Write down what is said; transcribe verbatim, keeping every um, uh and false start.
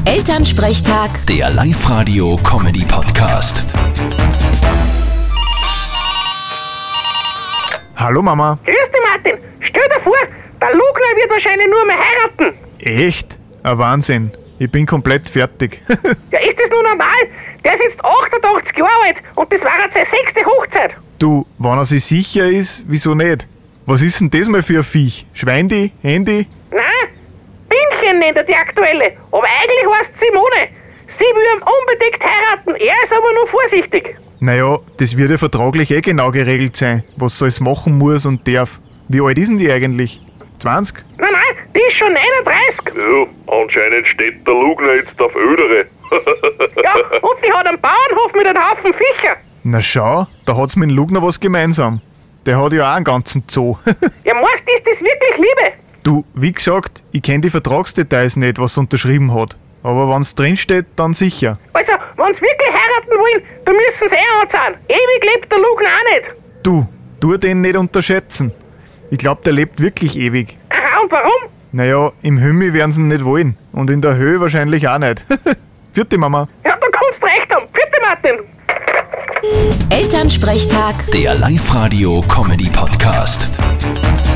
Elternsprechtag, Der Live-Radio-Comedy-Podcast. Hallo Mama. Grüß dich, Martin. Stell dir vor, der Lugner wird wahrscheinlich nur mehr heiraten. Echt? Ein Wahnsinn. Ich bin komplett fertig. Ja, ist das nur normal? Der ist jetzt achtundachtzig Jahre alt und das war jetzt seine sechste Hochzeit. Du, wenn er sich sicher ist, wieso nicht? Was ist denn das mal für ein Viech? Schweindi? Handy? Nein, Bienchen nennt er die aktuelle, aber eigentlich heißt sie Simone. Sie will ihn unbedingt heiraten, er ist aber nur vorsichtig. Naja, das wird ja vertraglich eh genau geregelt sein, was sie alles machen muss und darf. Wie alt ist denn die eigentlich? zwanzig? Nein, nein, die ist schon neununddreißig. Ja, anscheinend steht der Lugner jetzt auf Ödere. Ja, und die hat einen Bauernhof mit einem Haufen Viecher. Na schau, da hat's mit dem Lugner was gemeinsam. Der hat ja auch einen ganzen Zoo. Ja, meinst du, ist das wirklich Liebe? Du, wie gesagt, ich kenne die Vertragsdetails nicht, was er unterschrieben hat. Aber wenn's drinsteht, dann sicher. Also, wenn sie wirklich heiraten wollen, dann müssen sie eh anzahlen. Ewig lebt der Lugner auch nicht. Du, tu den nicht unterschätzen. Ich glaub, der lebt wirklich ewig. Aha, und warum? Naja, im Himmel werden sie ihn nicht wollen. Und in der Höhe wahrscheinlich auch nicht. Vierte Mama. Ja, da kannst du recht haben. Bitte, Martin. Elternsprechtag. Der Live-Radio-Comedy-Podcast.